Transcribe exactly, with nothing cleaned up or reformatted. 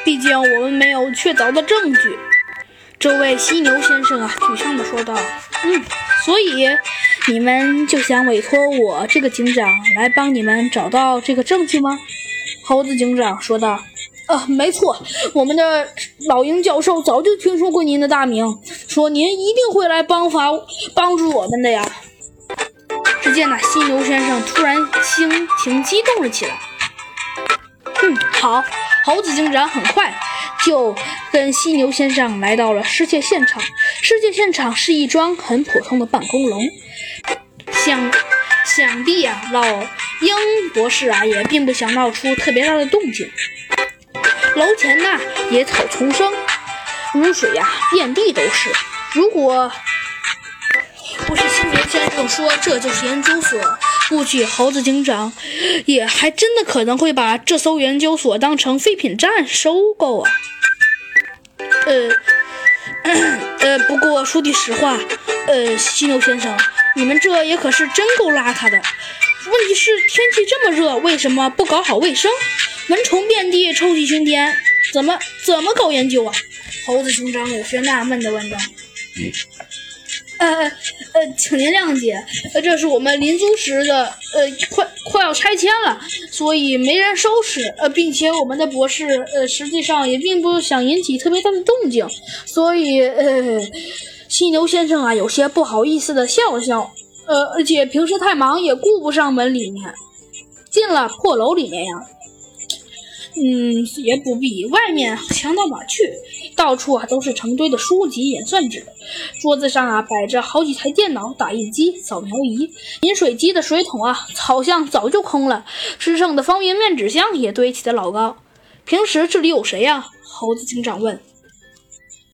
毕竟我们没有确凿的证据。这位犀牛先生啊，沮丧地说道：“嗯，所以你们就想委托我这个警长来帮你们找到这个证据吗？”猴子警长说道：“啊，没错，我们的老鹰教授早就听说过您的大名，说您一定会来帮法帮助我们的呀。”只见那犀牛先生突然心情激动了起来。嗯，好，猴子警长很快就跟犀牛先生来到了失窃现场。失窃现场是一幢很普通的办公楼，想想必啊，老鹰博士啊也并不想闹出特别大的动静。楼前呐野草丛生，污水呀、啊、遍地都是。如果不是犀牛先生说这就是研究所，估计猴子警长也还真的可能会把这艘研究所当成废品站收购啊。呃呃，不过说句实话，呃，犀牛先生，你们这也可是真够邋遢的。问题是天气这么热，为什么不搞好卫生？蚊虫遍地，臭气熏天，怎么怎么搞研究啊？猴子警长有些纳闷地问道。嗯呃呃，请您谅解，呃，这是我们临租时的，呃，快快要拆迁了，所以没人收拾，呃，并且我们的博士，呃，实际上也并不想引起特别大的动静，所以，呃，犀牛先生啊，有些不好意思的笑笑，呃，而且平时太忙也顾不上门里面，进了破楼里面呀。嗯，也不必，外面强到哪去？到处啊都是成堆的书籍、演算纸，桌子上啊摆着好几台电脑、打印机、扫描仪、饮水机的水桶啊，好像早就空了，吃剩的方便面纸箱也堆起的老高。平时这里有谁呀？猴子警长问。